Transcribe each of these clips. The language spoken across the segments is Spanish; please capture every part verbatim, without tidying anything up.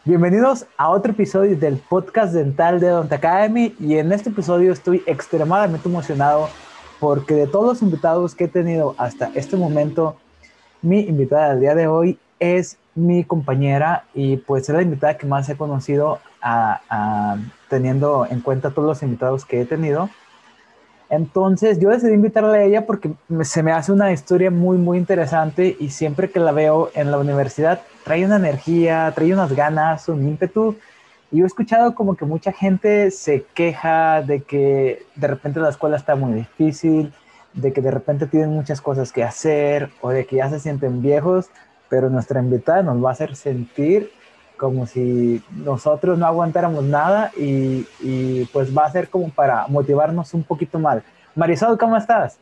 Bienvenidos a otro episodio del podcast dental de Odonto Academy, y en este episodio estoy extremadamente emocionado porque de todos los invitados que he tenido hasta este momento, mi invitada del día de hoy es mi compañera y pues es la invitada que más he conocido a, a, teniendo en cuenta todos los invitados que he tenido. Entonces yo decidí invitarla a ella porque me- se me hace una historia muy, muy interesante, y siempre que la veo en la universidad trae una energía, trae unas ganas, un ímpetu. Y yo he escuchado como que mucha gente se queja de que de repente la escuela está muy difícil, de que de repente tienen muchas cosas que hacer o de que ya se sienten viejos, pero nuestra invitada nos va a hacer sentir como si nosotros no aguantáramos nada, y, y pues va a ser como para motivarnos un poquito más. Marisol, ¿cómo estás?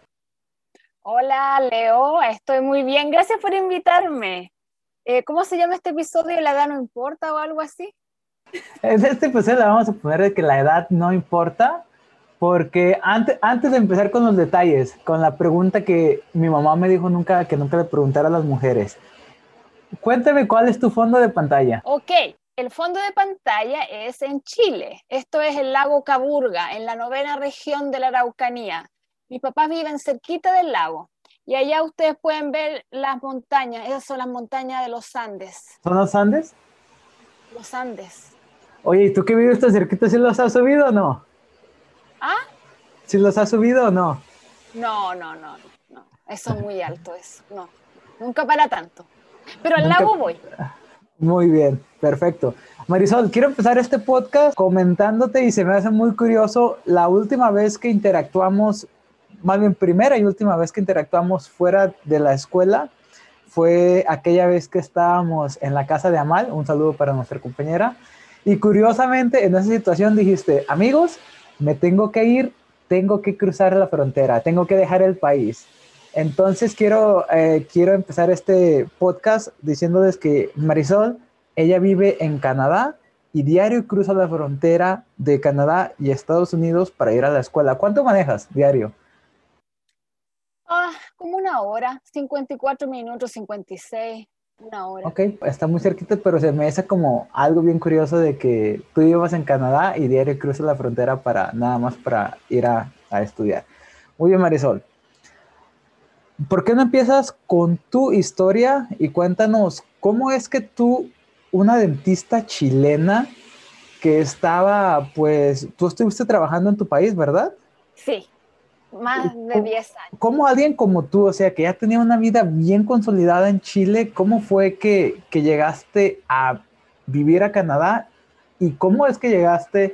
Hola, Leo, estoy muy bien. Gracias por invitarme. Eh, ¿cómo se llama este episodio? ¿La edad no importa o algo así? En este episodio le vamos a poner de que la edad no importa, porque antes, antes de empezar con los detalles, con la pregunta que mi mamá me dijo nunca, que nunca le preguntara a las mujeres, cuéntame cuál es tu fondo de pantalla. Ok, el fondo de pantalla es en Chile. Esto es el lago Caburga, en la novena región de la Araucanía. Mis papás viven cerquita del lago y allá ustedes pueden ver las montañas. Esas son las montañas de los Andes. ¿Son los Andes? Los Andes. Oye, ¿y tú que vives tan cerquita, si los has subido o no? ¿Ah? ¿Si los has subido o no? No, no, no, no, no. Eso es muy alto, eso. No, nunca para tanto. Pero al Nunca. lago voy. Muy bien, perfecto. Marisol, quiero empezar este podcast comentándote, y se me hace muy curioso, la última vez que interactuamos, más bien primera y última vez que interactuamos fuera de la escuela, fue aquella vez que estábamos en la casa de Amal. Un saludo para nuestra compañera. Y curiosamente, en esa situación dijiste: amigos, me tengo que ir, tengo que cruzar la frontera, tengo que dejar el país. Entonces quiero, eh, quiero empezar este podcast diciéndoles que Marisol, ella vive en Canadá y diario cruza la frontera de Canadá y Estados Unidos para ir a la escuela. ¿Cuánto manejas diario? Ah, como una hora, cincuenta y cuatro minutos, cincuenta y seis, una hora. Ok, está muy cerquita, pero se me hace como algo bien curioso de que tú vivas en Canadá y diario cruzas la frontera para nada más para ir a, a estudiar. Muy bien, Marisol. ¿Por qué no empiezas con tu historia y cuéntanos cómo es que tú, una dentista chilena que estaba, pues, tú estuviste trabajando en tu país, ¿verdad? Sí, más de ¿Cómo, diez años. cómo alguien como tú, o sea, que ya tenía una vida bien consolidada en Chile, cómo fue que, que llegaste a vivir a Canadá, y cómo es que llegaste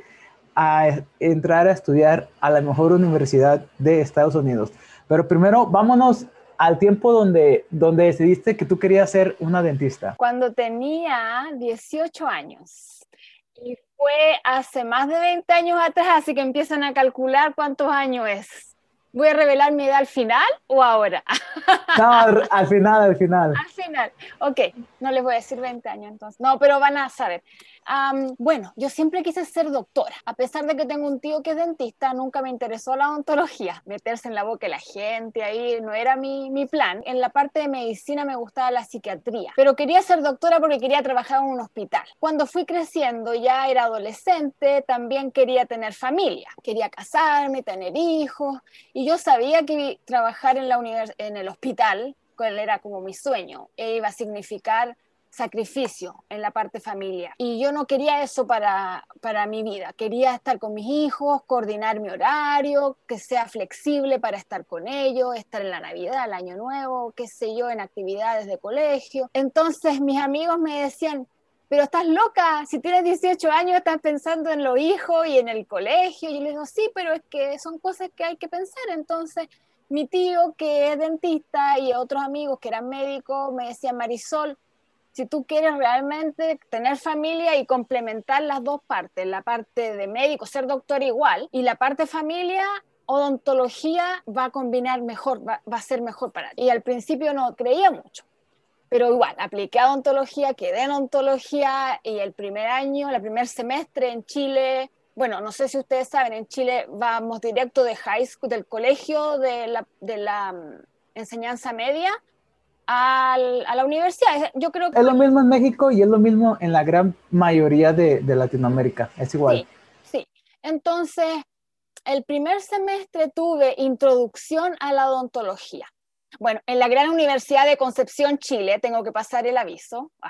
a entrar a estudiar a la mejor universidad de Estados Unidos? Pero primero, vámonos al tiempo donde, donde decidiste que tú querías ser una dentista. Cuando tenía dieciocho años. Y fue hace más de veinte años atrás, así que empiezan a calcular cuántos años es. ¿Voy a revelar mi edad al final o ahora? No, al final, al final. Al final, ok, no les voy a decir veinte años entonces, no, pero van a saber. Um, bueno, yo siempre quise ser doctora, a pesar de que tengo un tío que es dentista, nunca me interesó la odontología, meterse en la boca de la gente, ahí no era mi, mi plan. En la parte de medicina me gustaba la psiquiatría, pero quería ser doctora porque quería trabajar en un hospital. Cuando fui creciendo, ya era adolescente, también quería tener familia, quería casarme, tener hijos, y yo sabía que trabajar en, la univers en el hospital, cuál era como mi sueño, e iba a significar sacrificio en la parte familiar. Y yo no quería eso para, para mi vida. Quería estar con mis hijos, coordinar mi horario, que sea flexible para estar con ellos, estar en la Navidad, el Año Nuevo, qué sé yo, en actividades de colegio. Entonces mis amigos me decían, pero estás loca, si tienes dieciocho años estás pensando en los hijos y en el colegio. Y yo les digo, sí, pero es que son cosas que hay que pensar. Entonces mi tío, que es dentista, y otros amigos que eran médicos, me decían: Marisol, si tú quieres realmente tener familia y complementar las dos partes, la parte de médico, ser doctor igual, y la parte familia, odontología va a combinar mejor, va, va a ser mejor para ti. Y al principio no creía mucho, pero igual, apliqué a odontología, quedé en odontología, y el primer año, el primer semestre en Chile, bueno, no sé si ustedes saben, en Chile vamos directo de high school, del colegio, de la, de la um, enseñanza media, al, a la universidad. Yo creo que Es lo mismo en México y es lo mismo en la gran mayoría de, de Latinoamérica, es igual. sí, sí. Entonces, el primer semestre tuve introducción a la odontología. Bueno, en la Gran Universidad de Concepción, Chile, tengo que pasar el aviso. Ah,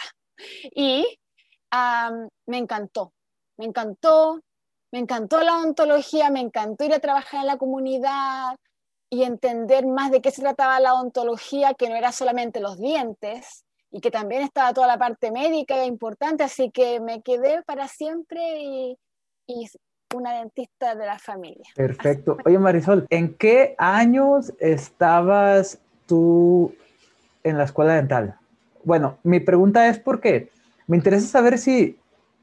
y um, me encantó, me encantó, me encantó la odontología, me encantó ir a trabajar en la comunidad y entender más de qué se trataba la odontología, que no era solamente los dientes y que también estaba toda la parte médica importante, así que me quedé para siempre y, y una dentista de la familia. Perfecto. Oye, Marisol, ¿en qué años estabas tú en la escuela dental? Bueno, mi pregunta es porque me interesa saber si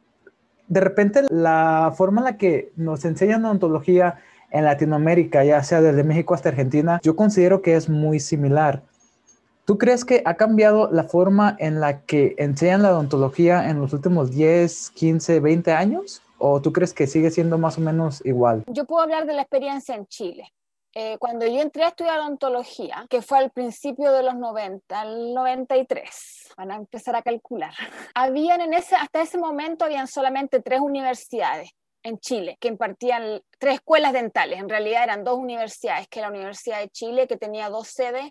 de repente la forma en la que nos enseñan odontología en Latinoamérica, ya sea desde México hasta Argentina, yo considero que es muy similar. ¿Tú crees que ha cambiado la forma en la que enseñan la odontología en los últimos diez, quince, veinte años? ¿O tú crees que sigue siendo más o menos igual? Yo puedo hablar de la experiencia en Chile. Eh, cuando yo entré a estudiar odontología, que fue al principio de los noventa, al noventa y tres, van a empezar a calcular, habían en ese, hasta ese momento habían solamente tres universidades en Chile que impartían tres escuelas dentales. En realidad eran dos universidades, que la Universidad de Chile, que tenía dos sedes,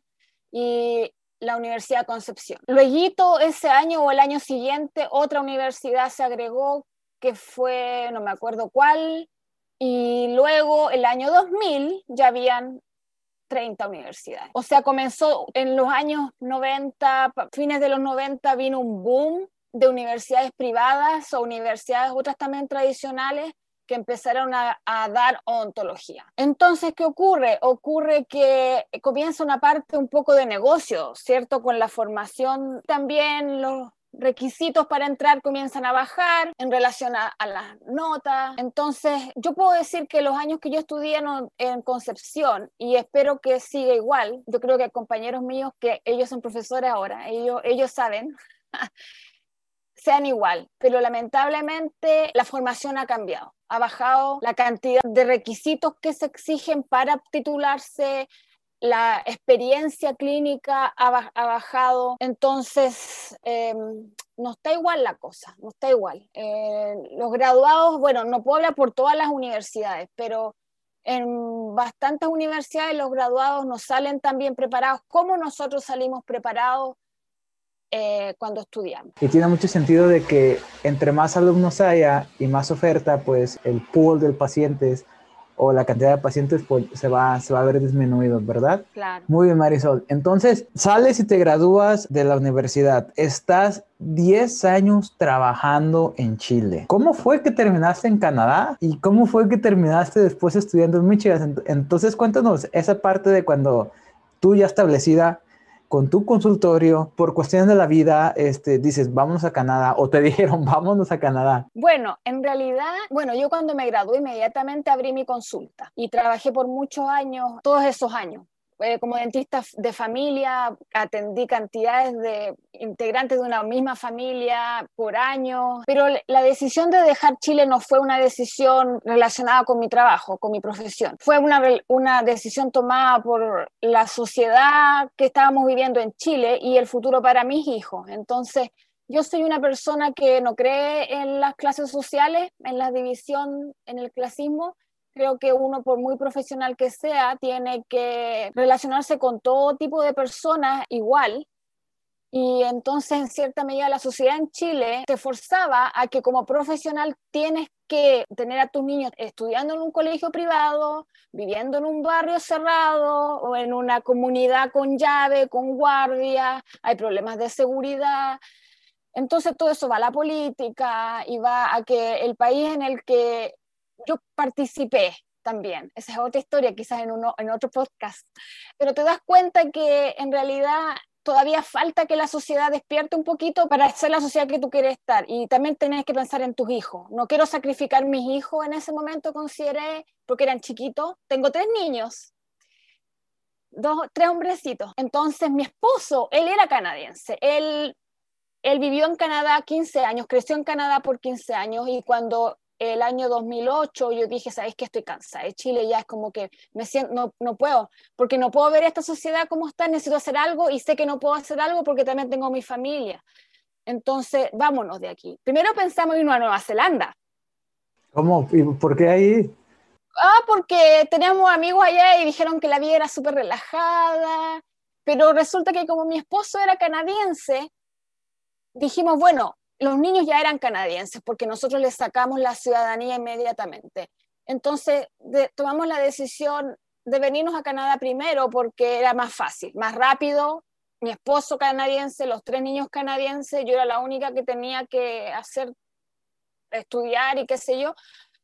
y la Universidad de Concepción. Luego, ese año o el año siguiente, otra universidad se agregó, que fue, no me acuerdo cuál, y luego el año dos mil ya habían treinta universidades. O sea, comenzó en los años noventa, fines de los noventa, vino un boom de universidades privadas o universidades otras también tradicionales que empezaron a, a dar odontología. Entonces, ¿qué ocurre? Ocurre que comienza una parte un poco de negocio, ¿cierto? Con la formación también los requisitos para entrar comienzan a bajar en relación a, a las notas. Entonces, yo puedo decir que los años que yo estudié en, en Concepción, y espero que siga igual, yo creo que hay compañeros míos que ellos son profesores ahora, ellos, ellos saben, sean igual, pero lamentablemente la formación ha cambiado, ha bajado la cantidad de requisitos que se exigen para titularse, la experiencia clínica ha, ha bajado, entonces eh, no está igual la cosa, no está igual. Eh, los graduados, bueno, no puedo hablar por todas las universidades, pero en bastantes universidades los graduados no salen tan bien preparados como nosotros salimos preparados eh, cuando estudiamos. Y tiene mucho sentido de que entre más alumnos haya y más oferta, pues el pool de pacientes o la cantidad de pacientes pues, se, va, se va a ver disminuido, ¿verdad? Claro. Muy bien, Marisol. Entonces, sales y te gradúas de la universidad. Estás diez años trabajando en Chile. ¿Cómo fue que terminaste en Canadá? ¿Y cómo fue que terminaste después estudiando en Michigan? Entonces, cuéntanos esa parte de cuando tú ya establecida con tu consultorio, por cuestiones de la vida, este, dices, vámonos a Canadá, o te dijeron, vámonos a Canadá. Bueno, en realidad, bueno, yo cuando me gradué inmediatamente abrí mi consulta y trabajé por muchos años, todos esos años. Eh, como dentista de familia, atendí cantidades de integrantes de una misma familia por años, pero la decisión de dejar Chile no fue una decisión relacionada con mi trabajo, con mi profesión. Fue una, una decisión tomada por la sociedad que estábamos viviendo en Chile y el futuro para mis hijos. Entonces, yo soy una persona que no cree en las clases sociales, en la división, en el clasismo. Creo que uno, por muy profesional que sea, tiene que relacionarse con todo tipo de personas igual. Y entonces, en cierta medida, la sociedad en Chile te forzaba a que como profesional tienes que tener a tus niños estudiando en un colegio privado, viviendo en un barrio cerrado o en una comunidad con llave, con guardia, hay problemas de seguridad. Entonces, todo eso va a la política y va a que el país en el que yo participé también, esa es otra historia, quizás en, uno, en otro podcast, pero te das cuenta que en realidad todavía falta que la sociedad despierte un poquito para ser la sociedad que tú quieres estar, y también tenés que pensar en tus hijos. No quiero sacrificar mis hijos en ese momento, consideré, porque eran chiquitos. Tengo tres niños, dos, tres hombrecitos. Entonces mi esposo, él era canadiense, él... Él vivió en Canadá quince años, creció en Canadá por quince años, y cuando el año dos mil ocho, yo dije, ¿sabes qué? Estoy cansada de Chile, ya es como que me siento, no, no puedo, porque no puedo ver esta sociedad como está, necesito hacer algo y sé que no puedo hacer algo porque también tengo mi familia. Entonces, vámonos de aquí. Primero pensamos irnos a Nueva Zelanda. ¿Cómo? ¿Y por qué ahí? Ah, porque teníamos amigos allá y dijeron que la vida era súper relajada, pero resulta que como mi esposo era canadiense, dijimos, bueno, los niños ya eran canadienses porque nosotros les sacamos la ciudadanía inmediatamente. Entonces de, tomamos la decisión de venirnos a Canadá primero porque era más fácil, más rápido. Mi esposo canadiense, los tres niños canadienses, yo era la única que tenía que hacer, estudiar y qué sé yo,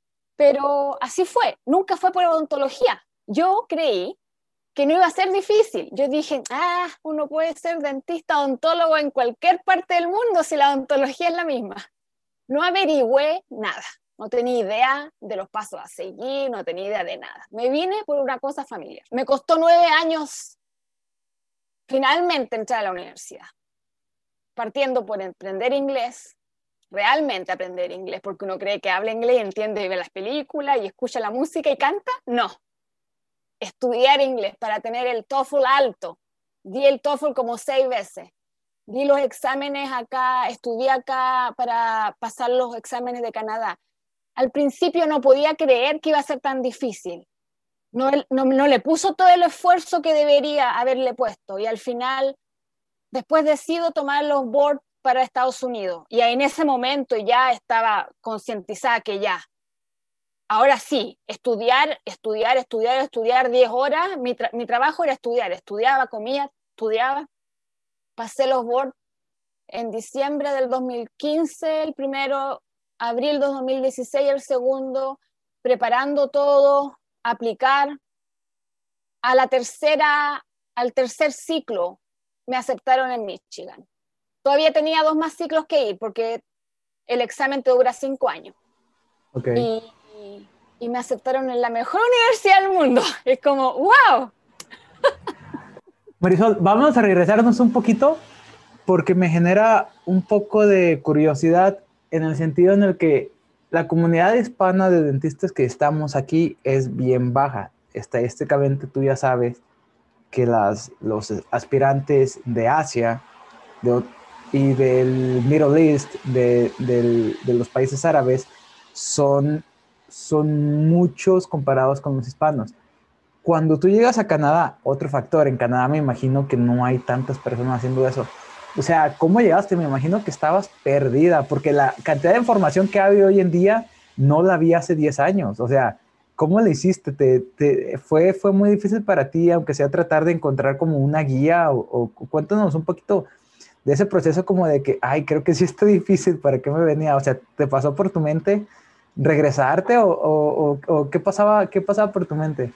pero así fue, nunca fue por odontología. Yo creí que no iba a ser difícil. Yo dije, ah, uno puede ser dentista, odontólogo en cualquier parte del mundo si la odontología es la misma. No averigüé nada, no tenía idea de los pasos a seguir, no tenía idea de nada. Me vine por una cosa familiar. Me costó nueve años finalmente entrar a la universidad, partiendo por aprender inglés, realmente aprender inglés, porque uno cree que habla inglés, entiende y ve las películas y escucha la música y canta. No. Estudiar inglés para tener el TOEFL alto. Di el TOEFL como seis veces. Di los exámenes acá, estudié acá para pasar los exámenes de Canadá. Al principio no podía creer que iba a ser tan difícil. No, no, no le puso todo el esfuerzo que debería haberle puesto. Y al final, después decido tomar los boards para Estados Unidos. Y en ese momento ya estaba concientizada que ya, ahora sí, estudiar, estudiar, estudiar, estudiar diez horas. Mi, tra mi trabajo era estudiar. Estudiaba, comía, estudiaba. Pasé los boards en diciembre del dos mil quince, el primero, abril del dos mil dieciséis, el segundo, preparando todo, aplicar. A la tercera, al tercer ciclo, me aceptaron en Michigan. Todavía tenía dos más ciclos que ir, porque el examen te dura cinco años. Okay. Y, y, y me aceptaron en la mejor universidad del mundo. Es como, wow. Marisol, vamos a regresarnos un poquito porque me genera un poco de curiosidad en el sentido en el que la comunidad hispana de dentistas que estamos aquí es bien baja. Estadísticamente tú ya sabes que las, los aspirantes de Asia de, y del Middle East, de, de, de los países árabes, son, son muchos comparados con los hispanos. Cuando tú llegas a Canadá, otro factor, en Canadá me imagino que no hay tantas personas haciendo eso. O sea, ¿cómo llegaste? Me imagino que estabas perdida, porque la cantidad de información que hay hoy en día no la vi hace diez años. O sea, ¿cómo le hiciste? ¿Te, te, fue, ¿Fue muy difícil para ti, aunque sea tratar de encontrar como una guía? O, o cuéntanos un poquito de ese proceso como de que, ay, creo que sí está difícil, ¿para qué me venía? O sea, ¿te pasó por tu mente regresarte o, o, o, o qué pasaba, qué pasaba por tu mente?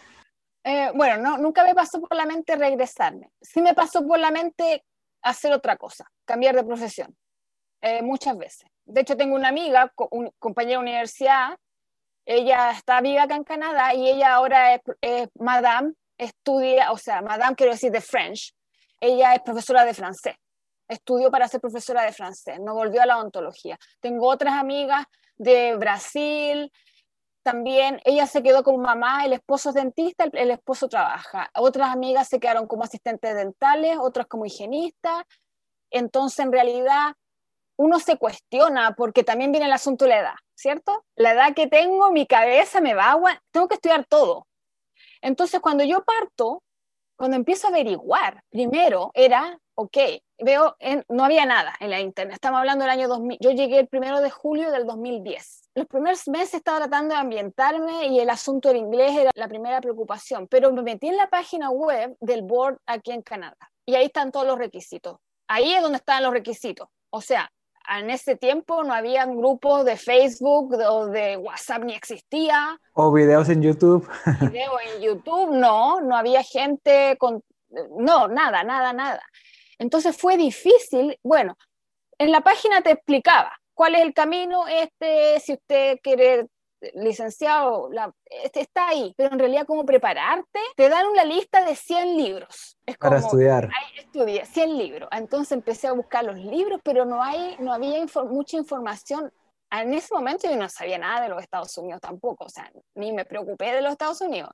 Eh, bueno, no, nunca me pasó por la mente regresarme. Sí me pasó por la mente hacer otra cosa, cambiar de profesión, eh, muchas veces. De hecho, tengo una amiga, un, compañera de universidad, ella está viva acá en Canadá y ella ahora es, es madame, estudia, o sea, madame quiero decir de French, ella es profesora de francés, estudió para ser profesora de francés, no volvió a la odontología. Tengo otras amigas de Brasil, también ella se quedó como mamá, el esposo es dentista, el, el esposo trabaja. Otras amigas se quedaron como asistentes dentales, otras como higienistas. Entonces, en realidad, uno se cuestiona porque también viene el asunto de la edad, ¿cierto? La edad que tengo, mi cabeza me va a aguantar, tengo que estudiar todo. Entonces, cuando yo parto, cuando empiezo a averiguar, primero era, ok, veo, en, no había nada en la internet, estamos hablando del año dos mil, yo llegué el primero de julio del dos mil diez. Los primeros meses estaba tratando de ambientarme y el asunto del inglés era la primera preocupación, pero me metí en la página web del board aquí en Canadá y ahí están todos los requisitos. Ahí es donde estaban los requisitos. O sea, en ese tiempo no había grupos de Facebook o de WhatsApp, ni existía. O videos en YouTube. Video en YouTube, no, no había gente con, no, nada, nada, nada. Entonces fue difícil. Bueno, en la página te explicaba cuál es el camino, este, si usted quiere licenciado, la, este, está ahí, pero en realidad cómo prepararte, te dan una lista de cien libros. Es Para como, estudiar. ahí estudié cien libros. Entonces empecé a buscar los libros, pero no, hay, no había infor mucha información en ese momento yo no sabía nada de los Estados Unidos tampoco, o sea, ni me preocupé de los Estados Unidos.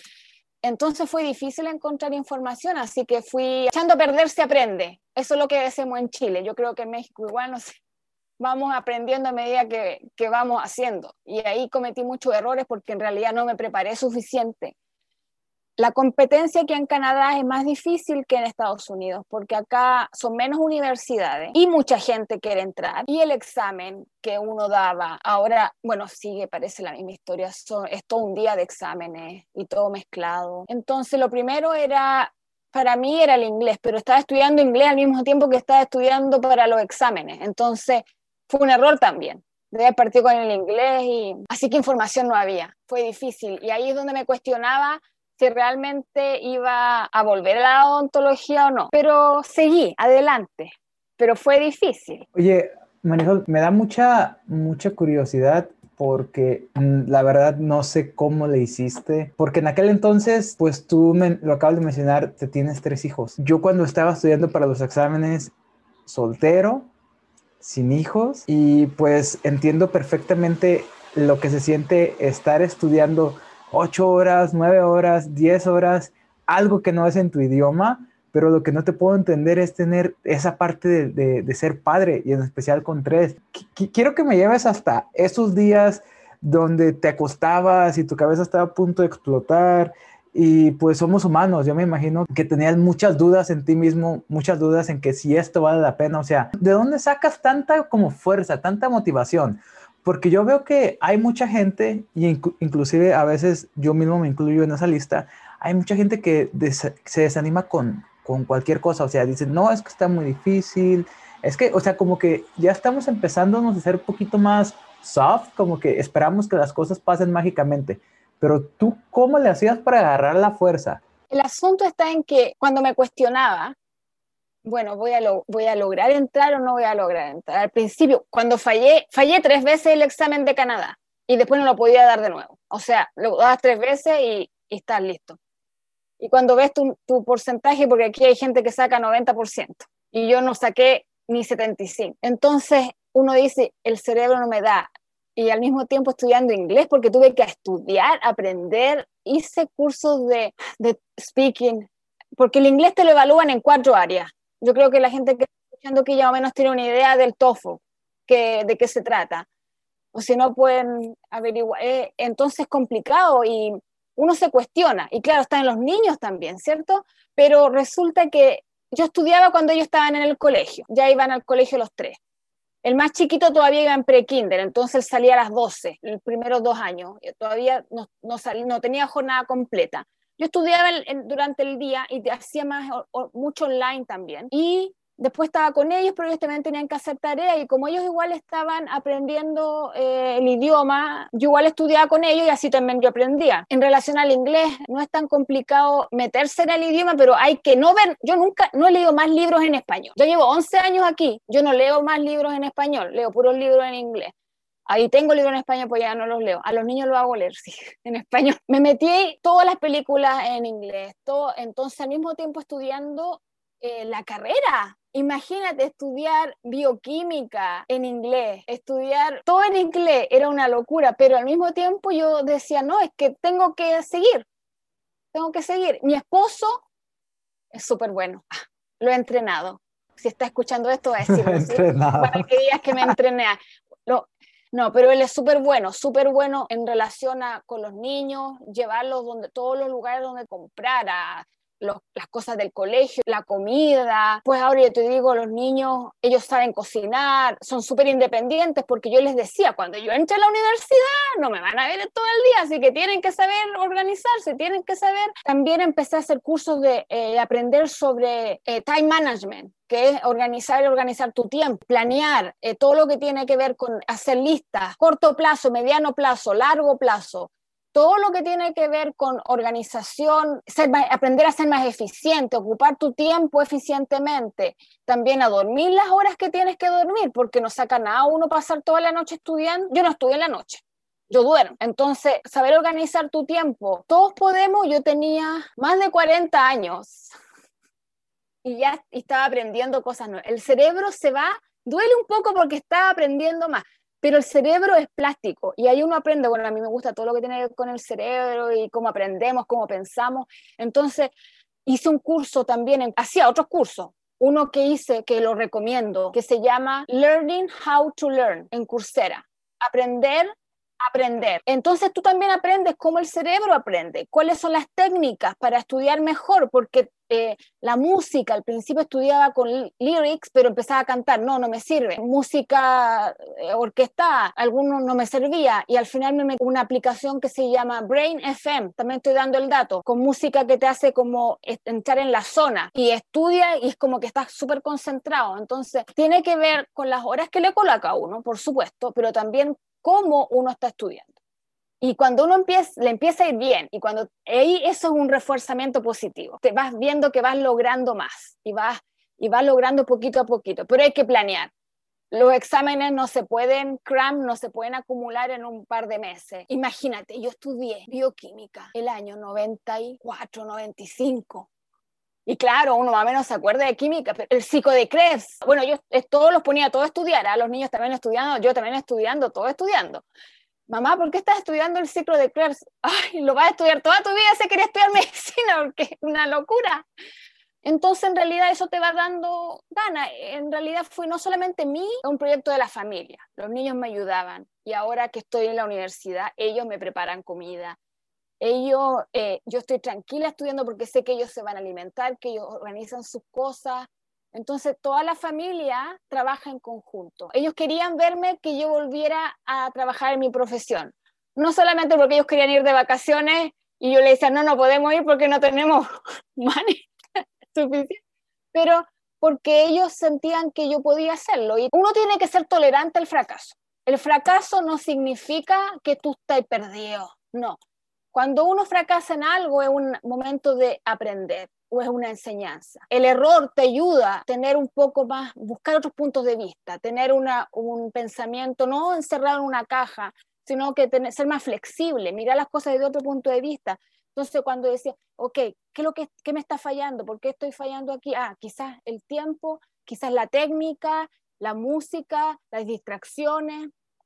Entonces fue difícil encontrar información, así que fui echando a perder se aprende. Eso es lo que decimos en Chile. Yo creo que en México igual, no sé, vamos aprendiendo a medida que, que vamos haciendo. Y ahí cometí muchos errores porque en realidad no me preparé suficiente. La competencia aquí en Canadá es más difícil que en Estados Unidos, porque acá son menos universidades y mucha gente quiere entrar. Y el examen que uno daba, ahora, bueno, sigue, parece la misma historia, son, es todo un día de exámenes y todo mezclado. Entonces, lo primero era, para mí era el inglés, pero estaba estudiando inglés al mismo tiempo que estaba estudiando para los exámenes. Entonces, fue un error también. Debe haber partido con el inglés y así que información no había. Fue difícil. Y ahí es donde me cuestionaba si realmente iba a volver a la odontología o no. Pero seguí, adelante. Pero fue difícil. Oye, Marisol, me da mucha, mucha curiosidad porque mm, la verdad no sé cómo le hiciste, porque en aquel entonces, pues tú me, lo acabas de mencionar, te tienes tres hijos. Yo cuando estaba estudiando para los exámenes, soltero, sin hijos, y pues entiendo perfectamente lo que se siente estar estudiando ocho horas, nueve horas, diez horas, algo que no es en tu idioma, pero lo que no te puedo entender es tener esa parte de, de, de ser padre, y en especial con tres. Qu quiero que me lleves hasta esos días donde te acostabas y tu cabeza estaba a punto de explotar, y pues somos humanos. Yo me imagino que tenías muchas dudas en ti mismo, muchas dudas en que si esto vale la pena. O sea, ¿de dónde sacas tanta como fuerza, tanta motivación? Porque yo veo que hay mucha gente, y inc inclusive a veces yo mismo me incluyo en esa lista, hay mucha gente que des se desanima con, con cualquier cosa. O sea, dicen, no, es que está muy difícil. Es que, o sea, como que ya estamos empezándonos a ser un poquito más soft, como que esperamos que las cosas pasen mágicamente. Pero tú, ¿cómo le hacías para agarrar la fuerza? El asunto está en que cuando me cuestionaba, bueno, voy a, lo, voy a lograr entrar o no voy a lograr entrar. Al principio, cuando fallé, fallé tres veces el examen de Canadá y después no lo podía dar de nuevo. O sea, lo das tres veces y, y estás listo. Y cuando ves tu, tu porcentaje, porque aquí hay gente que saca noventa por ciento y yo no saqué ni setenta y cinco por ciento. Entonces uno dice, el cerebro no me da. Y al mismo tiempo estudiando inglés, porque tuve que estudiar, aprender, hice cursos de, de speaking, porque el inglés te lo evalúan en cuatro áreas. Yo creo que la gente que está escuchando aquí ya más o menos tiene una idea del TOEFL, que, de qué se trata. O si no pueden averiguar. Eh, entonces es complicado y uno se cuestiona. Y claro, está en los niños también, ¿cierto? Pero resulta que yo estudiaba cuando ellos estaban en el colegio. Ya iban al colegio los tres. El más chiquito todavía iba en pre-kinder, entonces él salía a las doce, los primeros dos años. Todavía no, no, salí, no tenía jornada completa. Yo estudiaba el, el, durante el día y hacía más, o, o, mucho online también. Y después estaba con ellos, pero ellos también tenían que hacer tareas. Y como ellos igual estaban aprendiendo eh, el idioma, yo igual estudiaba con ellos y así también yo aprendía. En relación al inglés, no es tan complicado meterse en el idioma, pero hay que no ver. Yo nunca, no he leído más libros en español. Yo llevo once años aquí, yo no leo más libros en español, leo puros libros en inglés. Ahí tengo libros en español, pues ya no los leo. A los niños los hago leer, sí, en español. Me metí todas las películas en inglés, todo, entonces al mismo tiempo estudiando eh, la carrera. Imagínate estudiar bioquímica en inglés, estudiar todo en inglés, era una locura, pero al mismo tiempo yo decía, no, es que tengo que seguir, tengo que seguir. Mi esposo es súper bueno, lo he entrenado. Si está escuchando esto va a decir, para que digas que me entrené. Lo, No, pero él es súper bueno, súper bueno en relación a, con los niños, llevarlos donde todos los lugares donde comprar, a los, las cosas del colegio, la comida. Pues ahora yo te digo, los niños, ellos saben cocinar, son súper independientes, porque yo les decía, cuando yo entre a la universidad no me van a ver todo el día, así que tienen que saber organizarse, tienen que saber. También empecé a hacer cursos de eh, aprender sobre eh, time management, que es organizar y organizar tu tiempo, planear eh, todo lo que tiene que ver con hacer listas, corto plazo, mediano plazo, largo plazo, todo lo que tiene que ver con organización, ser más, aprender a ser más eficiente, ocupar tu tiempo eficientemente, también a dormir las horas que tienes que dormir, porque no saca nada uno pasar toda la noche estudiando. Yo no estudio en la noche, yo duermo. Entonces, saber organizar tu tiempo, todos podemos. Yo tenía más de cuarenta años y ya estaba aprendiendo cosas nuevas. El cerebro se va, duele un poco porque estaba aprendiendo más. pero el cerebro es plástico y ahí uno aprende, bueno, a mí me gusta todo lo que tiene que ver con el cerebro y cómo aprendemos, cómo pensamos. Entonces hice un curso también, en, hacía otros cursos, uno que hice, que lo recomiendo, que se llama Learning How to Learn en Coursera, aprender aprender. Entonces tú también aprendes cómo el cerebro aprende, cuáles son las técnicas para estudiar mejor, porque eh, la música, al principio estudiaba con lyrics, pero empezaba a cantar, no, no me sirve. Música eh, orquestada, algunos no me servía, y al final me metí una aplicación que se llama Brain F M, también estoy dando el dato, con música que te hace como entrar en la zona, y estudia y es como que estás súper concentrado. Entonces tiene que ver con las horas que le coloca a uno, por supuesto, pero también cómo uno está estudiando. Y cuando uno empieza, le empieza a ir bien, y cuando ahí eso es un refuerzamiento positivo, te vas viendo que vas logrando más, y vas, y vas logrando poquito a poquito, pero hay que planear. Los exámenes no se pueden cram, no se pueden acumular en un par de meses. Imagínate, yo estudié bioquímica el año noventa y cuatro, noventa y cinco. Y claro, uno más o menos se acuerda de química, pero el psico de Krebs, bueno, yo todos los ponía todo a estudiar, a los niños también estudiando, yo también estudiando, todo estudiando. Mamá, ¿por qué estás estudiando el ciclo de Krebs? Ay, lo vas a estudiar toda tu vida, se quería estudiar medicina, porque es una locura. Entonces, en realidad, eso te va dando ganas. En realidad, fue no solamente mí, un proyecto de la familia. Los niños me ayudaban, y ahora que estoy en la universidad, ellos me preparan comida. Ellos, eh, yo estoy tranquila estudiando porque sé que ellos se van a alimentar, que ellos organizan sus cosas. Entonces, toda la familia trabaja en conjunto. Ellos querían verme que yo volviera a trabajar en mi profesión. No solamente porque ellos querían ir de vacaciones y yo les decía, no, no podemos ir porque no tenemos money suficiente, pero porque ellos sentían que yo podía hacerlo. Y uno tiene que ser tolerante al fracaso. El fracaso no significa que tú estás perdido, no. Cuando uno fracasa en algo es un momento de aprender o es una enseñanza. El error te ayuda a tener un poco más, buscar otros puntos de vista, tener una, un pensamiento no encerrado en una caja, sino que tener, ser más flexible, mirar las cosas desde otro punto de vista. Entonces cuando decía, ok, ¿qué, es lo que, qué me está fallando? ¿Por qué estoy fallando aquí? Ah, quizás el tiempo, quizás la técnica, la música, las distracciones.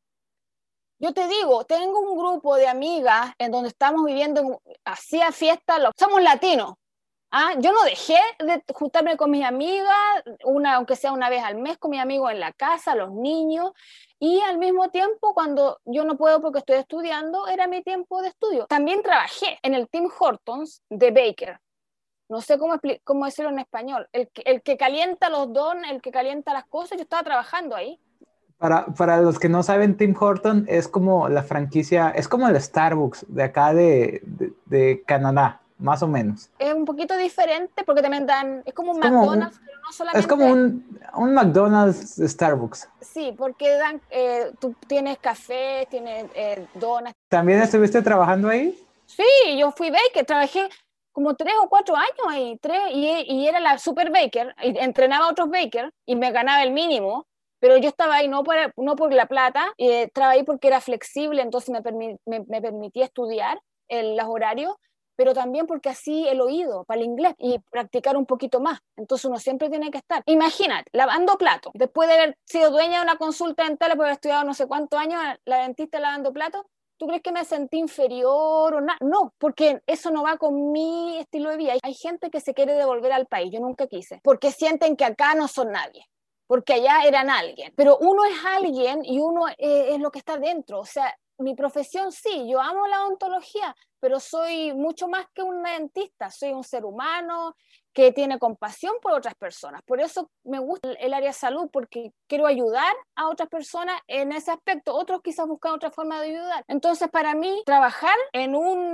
Yo te digo, tengo un grupo de amigas en donde estamos viviendo, hacía fiesta, somos latinos. ¿Ah? Yo no dejé de juntarme con mis amigas, una, aunque sea una vez al mes, con mis amigos en la casa, los niños, y al mismo tiempo, cuando yo no puedo porque estoy estudiando, era mi tiempo de estudio. También trabajé en el Tim Hortons de Baker. No sé cómo, cómo decirlo en español. El que, el que calienta los donuts, el que calienta las cosas, yo estaba trabajando ahí. Para, para los que no saben, Tim Horton es como la franquicia, es como el Starbucks de acá de, de, de Canadá, más o menos. Es un poquito diferente porque también dan, es como un es como McDonald's, un, pero no solamente... Es como un, un McDonald's Starbucks. Sí, porque dan, eh, tú tienes café, tienes eh, donas. ¿También estuviste trabajando ahí? Sí, yo fui baker, trabajé como tres o cuatro años ahí, tres, y, y era la super baker, y entrenaba a otros bakers y me ganaba el mínimo. Pero yo estaba ahí no por, no por la plata, eh, estaba ahí porque era flexible, entonces me, permi me, me permitía estudiar en los horarios, pero también porque así el oído para el inglés y practicar un poquito más. Entonces uno siempre tiene que estar. Imagínate, lavando platos, después de haber sido dueña de una consulta dental, por haber estudiado no sé cuántos años, la dentista lavando platos, ¿tú crees que me sentí inferior o nada? No, porque eso no va con mi estilo de vida. Hay gente que se quiere devolver al país, yo nunca quise, porque sienten que acá no son nadie, porque allá eran alguien, pero uno es alguien y uno eh, es lo que está dentro. O sea, mi profesión sí, yo amo la odontología, pero soy mucho más que un dentista, soy un ser humano que tiene compasión por otras personas. Por eso me gusta el área de salud, porque quiero ayudar a otras personas en ese aspecto. Otros quizás buscan otra forma de ayudar. Entonces, para mí, trabajar en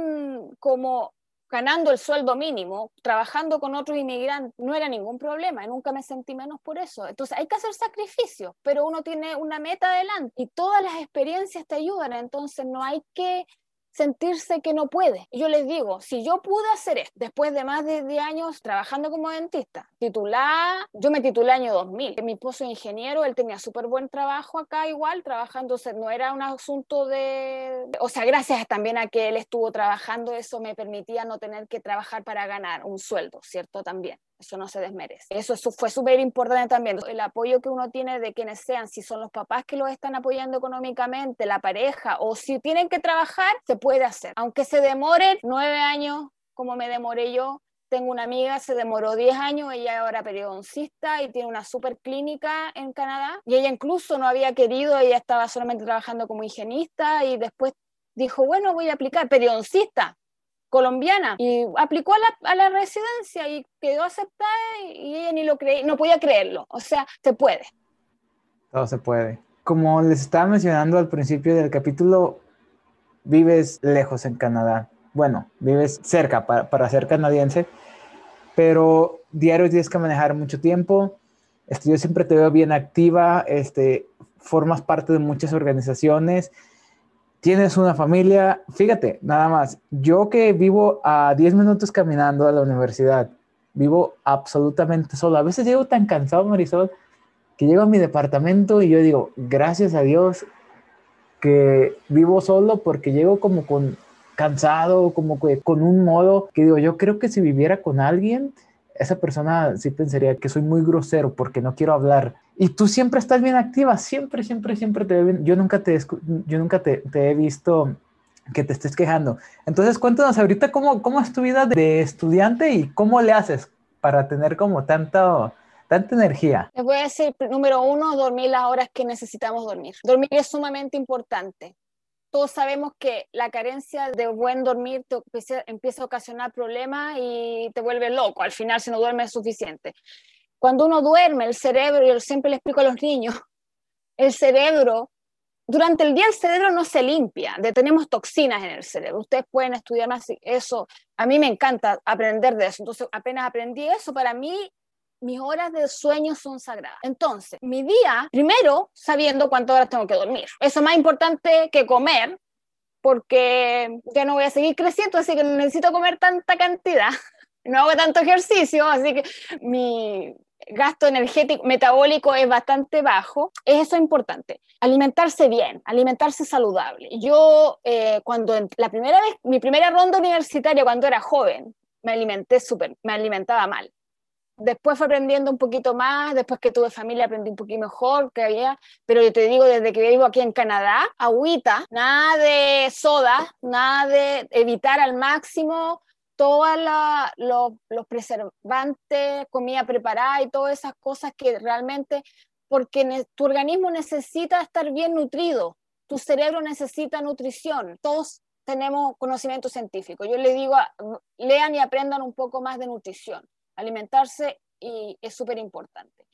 un como ganando el sueldo mínimo, trabajando con otros inmigrantes, no era ningún problema, y nunca me sentí menos por eso. Entonces hay que hacer sacrificios, pero uno tiene una meta adelante y todas las experiencias te ayudan, entonces no hay que sentirse que no puede. Yo les digo, si yo pude hacer esto después de más de diez años trabajando como dentista, titulada, yo me titulé año dos mil, mi esposo es ingeniero, él tenía súper buen trabajo acá igual, trabajando, no era un asunto de... O sea, gracias también a que él estuvo trabajando, eso me permitía no tener que trabajar para ganar un sueldo, ¿cierto? También. Eso no se desmerece. Eso, eso fue súper importante también. El apoyo que uno tiene de quienes sean, si son los papás que los están apoyando económicamente, la pareja, o si tienen que trabajar, se puede hacer. Aunque se demoren nueve años, como me demoré yo. Tengo una amiga, se demoró diez años, ella ahora periodoncista y tiene una super clínica en Canadá. Y ella incluso no había querido, ella estaba solamente trabajando como higienista y después dijo, bueno, voy a aplicar periodoncista. Colombiana, y aplicó a la, a la residencia y quedó aceptada y ella ni lo creía, no podía creerlo. O sea, se puede. Todo se puede. Como les estaba mencionando al principio del capítulo, vives lejos en Canadá. Bueno, vives cerca para, para ser canadiense, pero diario tienes que manejar mucho tiempo. Este, yo siempre te veo bien activa, este, formas parte de muchas organizaciones. Tienes una familia, fíjate, nada más, yo que vivo a diez minutos caminando a la universidad, vivo absolutamente solo. A veces llego tan cansado, Marisol, que llego a mi departamento y yo digo, gracias a Dios que vivo solo, porque llego como con cansado, como que con un modo que digo, yo creo que si viviera con alguien, esa persona sí pensaría que soy muy grosero porque no quiero hablar. Y tú siempre estás bien activa, siempre, siempre, siempre te veo bien. Yo nunca te, yo nunca te, te he visto que te estés quejando. Entonces, cuéntanos ahorita cómo, cómo es tu vida de estudiante y cómo le haces para tener como tanta, tanta energía. Les voy a decir, número uno, dormir las horas que necesitamos dormir. Dormir es sumamente importante. Todos sabemos que la carencia de buen dormir te empieza, empieza a ocasionar problemas y te vuelve loco. Al final, si no duermes suficiente. Cuando uno duerme, el cerebro, yo siempre le explico a los niños, el cerebro, durante el día el cerebro no se limpia, tenemos toxinas en el cerebro. Ustedes pueden estudiar más eso. A mí me encanta aprender de eso. Entonces, apenas aprendí eso, para mí, mis horas de sueño son sagradas. Entonces, mi día, primero, sabiendo cuántas horas tengo que dormir. Eso es más importante que comer, porque ya no voy a seguir creciendo, así que no necesito comer tanta cantidad. No hago tanto ejercicio, así que mi gasto energético, metabólico es bastante bajo. Eso es importante. Alimentarse bien, alimentarse saludable. Yo, eh, cuando la primera vez, mi primera ronda universitaria, cuando era joven, me alimenté súper, me alimentaba mal. Después fue aprendiendo un poquito más, después que tuve familia aprendí un poquito mejor, que había, pero yo te digo, desde que vivo aquí en Canadá, agüita, nada de soda, nada de evitar al máximo todos los, los preservantes, comida preparada y todas esas cosas que realmente, porque ne, tu organismo necesita estar bien nutrido, tu cerebro necesita nutrición, todos tenemos conocimiento científico. Yo les digo, lean y aprendan un poco más de nutrición. Alimentarse y es súper importante.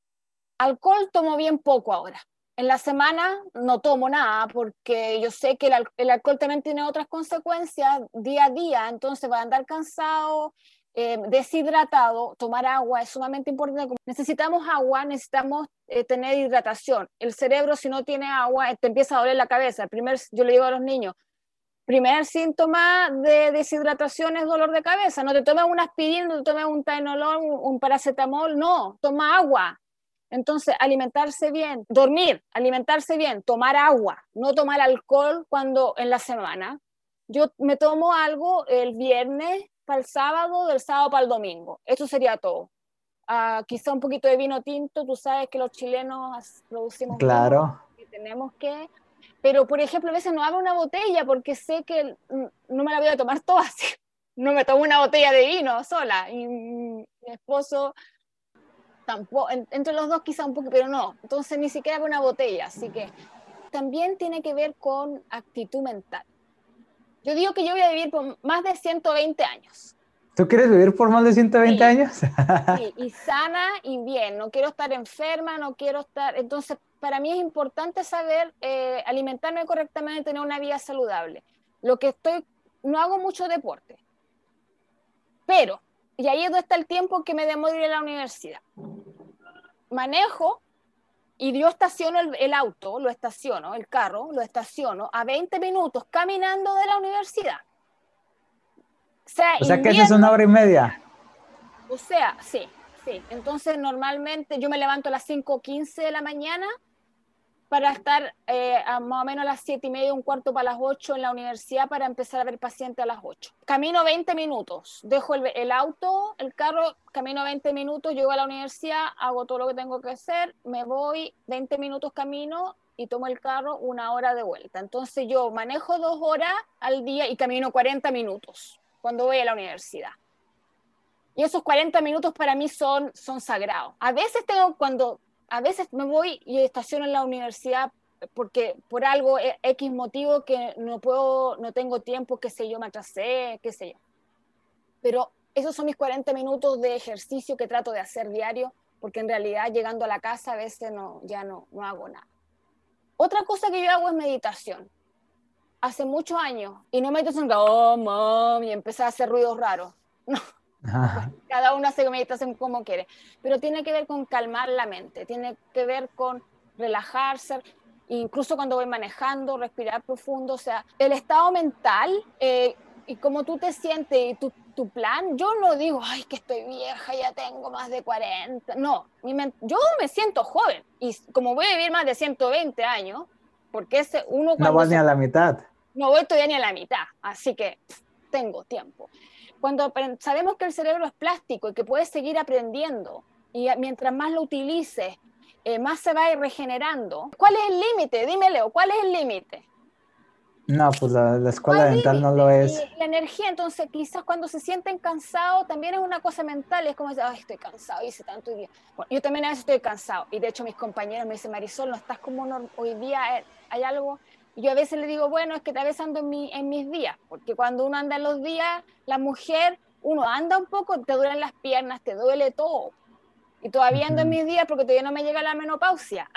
Alcohol tomo bien poco ahora. En la semana no tomo nada porque yo sé que el, el alcohol también tiene otras consecuencias día a día, entonces va a andar cansado, eh, deshidratado, tomar agua es sumamente importante. Necesitamos agua, necesitamos eh, tener hidratación. El cerebro, si no tiene agua, te empieza a doler la cabeza. El primer, yo le digo a los niños, primer síntoma de deshidratación es dolor de cabeza. No te tomes una aspirina, no te tomes un Tylenol, un, un paracetamol, no, toma agua. Entonces, alimentarse bien, dormir, alimentarse bien, tomar agua, no tomar alcohol cuando en la semana. Yo me tomo algo el viernes para el sábado, del sábado para el domingo. Esto sería todo. Uh, quizá un poquito de vino tinto, tú sabes que los chilenos producimos claro. vino, que tenemos que... Pero, por ejemplo, a veces no abro una botella porque sé que no me la voy a tomar toda así. No me tomo una botella de vino sola. Y mi esposo tampoco, entre los dos quizá un poco, pero no. Entonces ni siquiera abro una botella. Así que también tiene que ver con actitud mental. Yo digo que yo voy a vivir por más de ciento veinte años. ¿Tú quieres vivir por más de ciento veinte sí, años? Sí, y sana y bien. No quiero estar enferma, no quiero estar... Entonces, para mí es importante saber eh, alimentarme correctamente, tener una vida saludable. Lo que estoy... No hago mucho deporte. Pero, y ahí es donde está el tiempo que me demoro ir a la universidad. Manejo y yo estaciono el, el auto, lo estaciono, el carro, lo estaciono a veinte minutos caminando de la universidad. O sea, o sea invierno, que haces una hora y media. O sea, sí, sí. Entonces, normalmente yo me levanto a las cinco quince de la mañana para estar eh, a más o menos a las siete y media, un cuarto para las ocho en la universidad para empezar a ver pacientes a las ocho. Camino veinte minutos, dejo el, el auto, el carro, camino veinte minutos, llego a la universidad, hago todo lo que tengo que hacer, me voy, veinte minutos camino y tomo el carro, una hora de vuelta. Entonces yo manejo dos horas al día y camino cuarenta minutos cuando voy a la universidad. Y esos cuarenta minutos para mí son, son sagrados. A veces tengo cuando... A veces me voy y estaciono en la universidad porque por algo X motivo que no puedo, no tengo tiempo, qué sé yo, me atrasé, qué sé yo. Pero esos son mis cuarenta minutos de ejercicio que trato de hacer diario, porque en realidad llegando a la casa a veces no, ya no, no hago nada. Otra cosa que yo hago es meditación. Hace muchos años, y no meditación, oh, mom, y empecé a hacer ruidos raros. No. Bueno, cada uno hace meditación como quiere, pero tiene que ver con calmar la mente, tiene que ver con relajarse, incluso cuando voy manejando, respirar profundo, o sea, el estado mental eh, y cómo tú te sientes y tu, tu plan, yo no digo, ay, que estoy vieja, ya tengo más de cuarenta, no, mi mente, yo me siento joven y como voy a vivir más de ciento veinte años, porque ese uno cuando... No vas se, ni a la mitad. No voy todavía ni a la mitad, así que pff, tengo tiempo. Cuando sabemos que el cerebro es plástico y que puedes seguir aprendiendo, y mientras más lo utilices, eh, más se va a ir regenerando. ¿Cuál es el límite? Dime, Leo, ¿cuál es el límite? No, pues la, la No escuela hay dental no límite. lo es. Y la energía, entonces, quizás cuando se sienten cansados, también es una cosa mental, es como decir, ay, estoy cansado, hice tanto hoy día. Bueno, yo también a veces estoy cansado, y de hecho mis compañeros me dicen, Marisol, no estás como no, hoy día hay algo... Y yo a veces le digo, bueno, es que tal vez ando en, mi, en mis días, porque cuando uno anda en los días, la mujer, uno anda un poco, te duelen las piernas, te duele todo. Y todavía ando en mis días porque todavía no me llega la menopausia.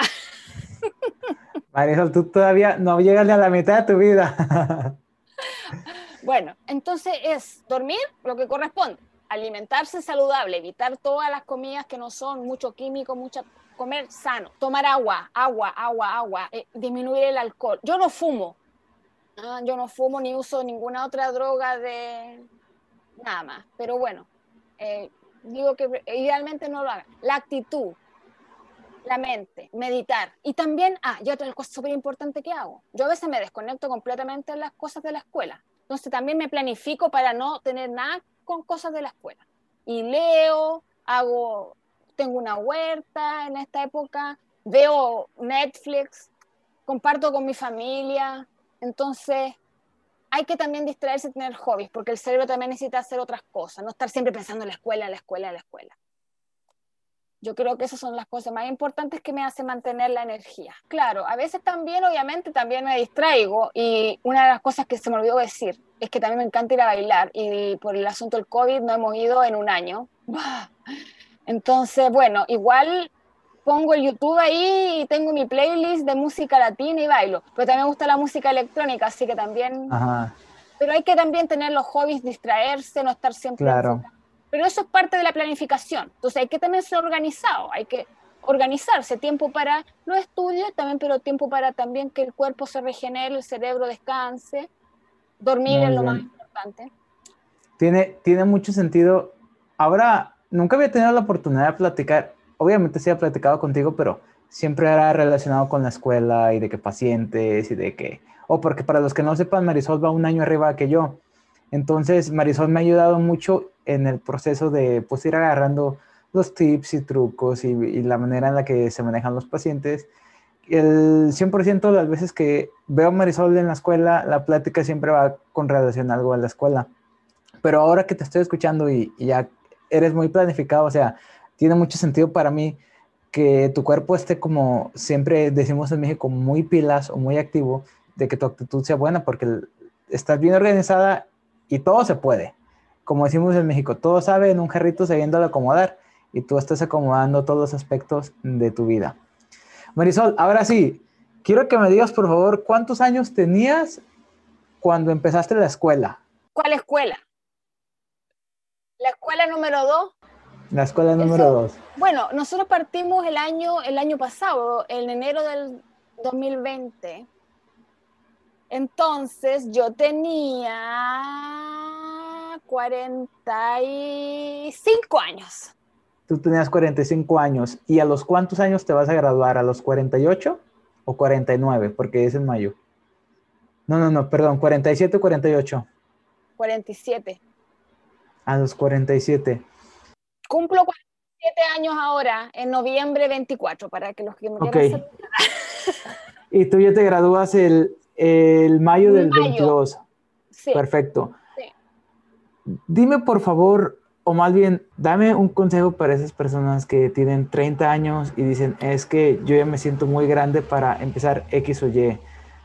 Marisol, tú todavía no llegas ni a la mitad de tu vida. Bueno, entonces es dormir lo que corresponde, alimentarse saludable, evitar todas las comidas que no son mucho químico, mucha, comer sano, tomar agua, agua, agua, agua, eh, disminuir el alcohol. Yo no fumo, ¿ah? Yo no fumo ni uso ninguna otra droga de nada más, pero bueno, eh, digo que idealmente no lo hagan. La actitud, la mente, meditar. Y también, ah, y otra cosa súper importante que hago, yo a veces me desconecto completamente de las cosas de la escuela. Entonces también me planifico para no tener nada con cosas de la escuela. Y leo, hago, tengo una huerta en esta época, veo Netflix, comparto con mi familia. Entonces hay que también distraerse y tener hobbies, porque el cerebro también necesita hacer otras cosas, no estar siempre pensando en la escuela, en la escuela, en la escuela. Yo creo que esas son las cosas más importantes que me hacen mantener la energía. Claro, a veces también, obviamente, también me distraigo y una de las cosas que se me olvidó decir es que también me encanta ir a bailar y por el asunto del COVID no hemos ido en un año. Entonces, bueno, igual pongo el YouTube ahí y tengo mi playlist de música latina y bailo, pero también me gusta la música electrónica, así que también... Ajá. Pero hay que también tener los hobbies, distraerse, no estar siempre Claro. enfocado. Pero eso es parte de la planificación. Entonces hay que también ser organizado, hay que organizarse, tiempo para los estudios también, pero tiempo para también que el cuerpo se regenere, el cerebro descanse, dormir Muy es lo más bien. importante. Tiene, tiene mucho sentido. Ahora, nunca había tenido la oportunidad de platicar. Obviamente sí he platicado contigo, pero siempre era relacionado con la escuela y de que pacientes y de que... O oh, porque para los que no sepan, Marisol va un año arriba que yo. Entonces, Marisol me ha ayudado mucho en el proceso de pues, ir agarrando los tips y trucos y, y la manera en la que se manejan los pacientes. El cien por ciento de las veces que veo a Marisol en la escuela, la plática siempre va con relación a algo a la escuela. Pero ahora que te estoy escuchando y, y ya eres muy planificado, o sea, tiene mucho sentido para mí que tu cuerpo esté como siempre decimos en México, muy pilas o muy activo, de que tu actitud sea buena porque estás bien organizada y todo se puede. Como decimos en México, todo sabe en un jarrito sabiéndolo acomodar y tú estás acomodando todos los aspectos de tu vida. Marisol, ahora sí, quiero que me digas por favor, ¿cuántos años tenías cuando empezaste la escuela? ¿Cuál escuela? La escuela número dos. La escuela número Eso, dos. bueno, nosotros partimos el año, el año pasado, en enero del dos mil veinte. Entonces yo tenía cuarenta y cinco años. Tú tenías cuarenta y cinco años. ¿Y a los cuántos años te vas a graduar? ¿A los cuarenta y ocho? o cuarenta y nueve, porque es en mayo. No, no, no, perdón, cuarenta y siete o cuarenta y ocho. cuarenta y siete. A los cuarenta y siete. Cumplo cuarenta y siete años ahora, en noviembre veinticuatro, para que los que me Ok. quieran saber. Y tú ya te gradúas el, el mayo del Mayo, veintidós. sí, Perfecto. sí. Dime por favor, o más bien, dame un consejo para esas personas que tienen treinta años y dicen, es que yo ya me siento muy grande para empezar X o Y.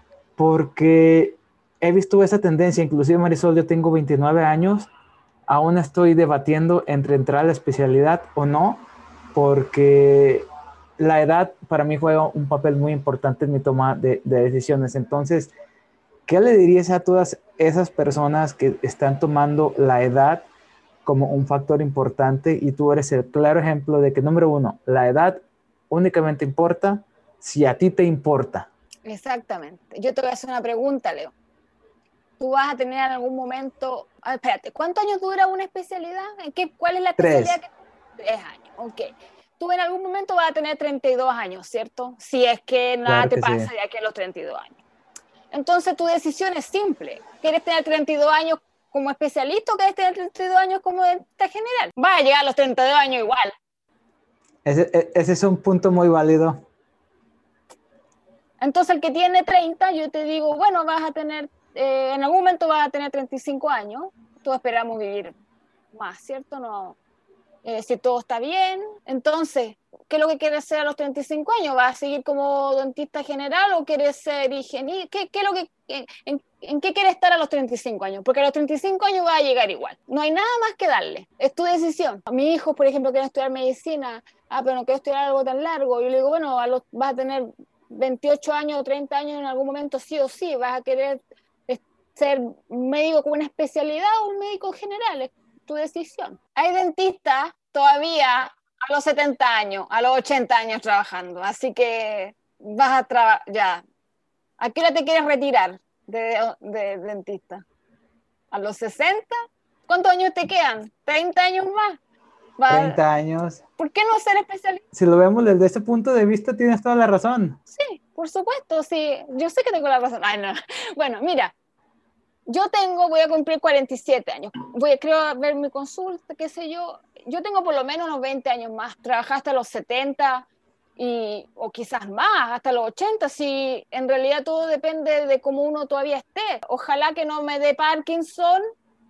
Porque he visto esa tendencia, inclusive Marisol, yo tengo veintinueve años, aún estoy debatiendo entre entrar a la especialidad o no, porque la edad para mí juega un papel muy importante en mi toma de, de decisiones. Entonces, ¿qué le dirías a todas esas personas que están tomando la edad como un factor importante y tú eres el claro ejemplo de que, número uno, la edad únicamente importa si a ti te importa? Exactamente. Yo te voy a hacer una pregunta, Leo. Tú vas a tener en algún momento, ah, espérate, ¿cuántos años dura una especialidad? ¿En qué, ¿Cuál es la especialidad Tres. que Tres años, ok. Tú en algún momento vas a tener treinta y dos años, ¿cierto? Si es que nada Claro te que sí. pasa de aquí a los treinta y dos años. Entonces tu decisión es simple. ¿Quieres tener treinta y dos años como especialista o quieres tener treinta y dos años como dentista general? Vas a llegar a los treinta y dos años igual. Ese, e- ese es un punto muy válido. Entonces el que tiene treinta, yo te digo, bueno, vas a tener, eh, en algún momento vas a tener treinta y cinco años. Todos esperamos vivir más, ¿cierto? No, eh, si todo está bien. Entonces, ¿qué es lo que quieres ser a los treinta y cinco años? ¿Vas a seguir como dentista general o quieres ser ingeniero? ¿Qué, qué es lo que, en, en qué quieres estar a los treinta y cinco años? Porque a los treinta y cinco años va a llegar igual. No hay nada más que darle. Es tu decisión. A mi hijo, por ejemplo, quiere estudiar medicina. Ah, pero no quiero estudiar algo tan largo. Yo le digo, bueno, a los, vas a tener veintiocho años o treinta años en algún momento, sí o sí. Vas a querer ser médico con una especialidad o un médico general. Es tu decisión. Hay dentistas todavía a los setenta años, a los ochenta años trabajando, así que vas a trabajar ya. ¿A qué hora te quieres retirar de, de, de dentista? ¿A los sesenta? ¿Cuántos años te quedan? ¿treinta años más? Va, treinta años. ¿por qué no ser especialista? Si lo vemos desde ese punto de vista, tienes toda la razón. Sí, por supuesto, sí. Yo sé que tengo la razón. Ay, no. Bueno, mira, yo tengo, voy a cumplir cuarenta y siete años. Voy a, creo, a ver mi consulta, qué sé yo. Yo tengo por lo menos unos veinte años más. Trabajé hasta los setenta y, o quizás más, hasta los ochenta. Si en realidad todo depende de cómo uno todavía esté. Ojalá que no me dé Parkinson,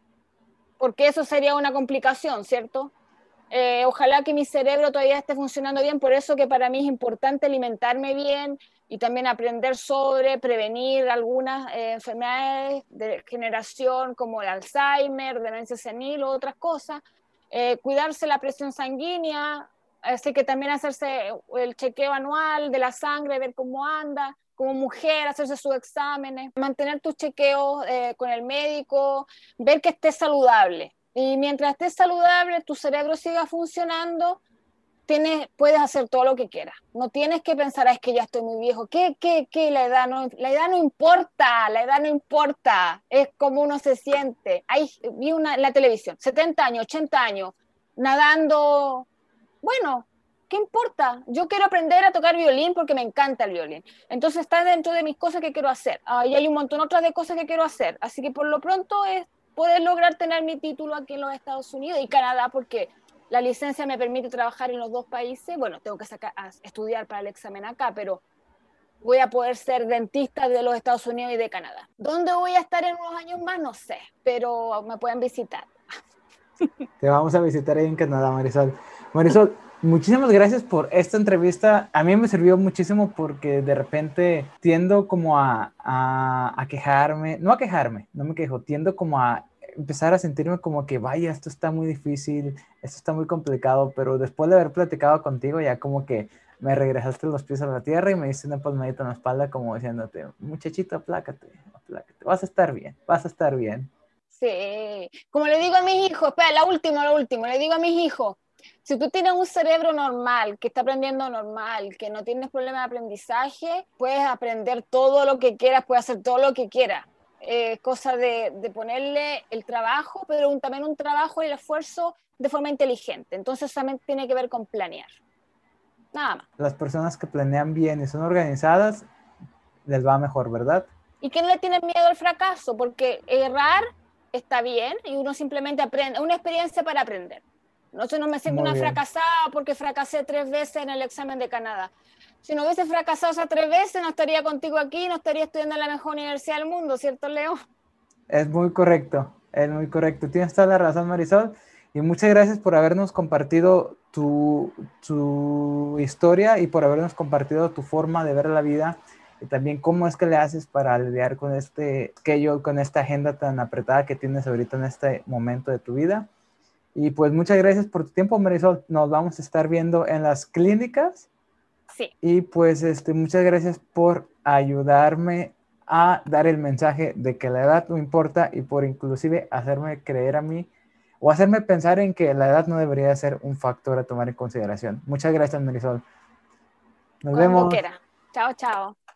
porque eso sería una complicación, ¿cierto? Eh, ojalá que mi cerebro todavía esté funcionando bien, por eso que para mí es importante alimentarme bien y también aprender sobre prevenir algunas eh, enfermedades de generación como el Alzheimer, demencia senil o otras cosas, eh, cuidarse la presión sanguínea, así que también hacerse el chequeo anual de la sangre, ver cómo anda, como mujer, hacerse sus exámenes, mantener tus chequeos eh, con el médico, ver que estés saludable. Y mientras estés saludable, tu cerebro siga funcionando, tienes, puedes hacer todo lo que quieras. No tienes que pensar, ah, es que ya estoy muy viejo. ¿Qué, qué, qué? La edad no, la edad no importa, la edad no importa. Es como uno se siente. Ahí vi una, en la televisión, setenta años, ochenta años, nadando. Bueno, ¿qué importa? Yo quiero aprender a tocar violín porque me encanta el violín. Entonces está dentro de mis cosas que quiero hacer. Ah, y hay un montón otras de cosas que quiero hacer. Así que por lo pronto es poder lograr tener mi título aquí en los Estados Unidos y Canadá, porque la licencia me permite trabajar en los dos países. Bueno, tengo que sacar, estudiar para el examen acá, pero voy a poder ser dentista de los Estados Unidos y de Canadá. ¿Dónde voy a estar en unos años más? No sé, pero me pueden visitar. Te vamos a visitar ahí en Canadá, Marisol. Marisol, muchísimas gracias por esta entrevista. A mí me sirvió muchísimo porque de repente tiendo como a, a, a quejarme, no a quejarme, no me quejo, tiendo como a empezar a sentirme como que, vaya, esto está muy difícil, esto está muy complicado, pero después de haber platicado contigo ya como que me regresaste los pies a la tierra y me diste una palmadita en la espalda como diciéndote, muchachito, aplácate, aplácate, vas a estar bien, vas a estar bien. Sí, como le digo a mis hijos, espera, la última, la última, le digo a mis hijos, si tú tienes un cerebro normal, que está aprendiendo normal, que no tienes problema de aprendizaje, puedes aprender todo lo que quieras, puedes hacer todo lo que quieras. Eh, cosa de, de ponerle el trabajo, pero un, también un trabajo y el esfuerzo de forma inteligente. Entonces también tiene que ver con planear. Nada más. Las personas que planean bien y son organizadas les va mejor, ¿verdad? Y que no le tienen miedo al fracaso, porque errar está bien y uno simplemente aprende, una experiencia para aprender. No, yo no me siento Muy una bien. fracasada porque fracasé tres veces en el examen de Canadá. Si no hubiese fracasado esas tres veces, no estaría contigo aquí, no estaría estudiando en la mejor universidad del mundo, ¿cierto, Leo? Es muy correcto, es muy correcto. Tienes toda la razón, Marisol. Y muchas gracias por habernos compartido tu, tu historia y por habernos compartido tu forma de ver la vida y también cómo es que le haces para lidiar con este, que yo, con esta agenda tan apretada que tienes ahorita en este momento de tu vida. Y pues muchas gracias por tu tiempo, Marisol. Nos vamos a estar viendo en las clínicas. Sí. Y pues este, muchas gracias por ayudarme a dar el mensaje de que la edad no importa y por inclusive hacerme creer a mí o hacerme pensar en que la edad no debería ser un factor a tomar en consideración. Muchas gracias, Marisol. Nos Cuando vemos. quiera. Chao, chao.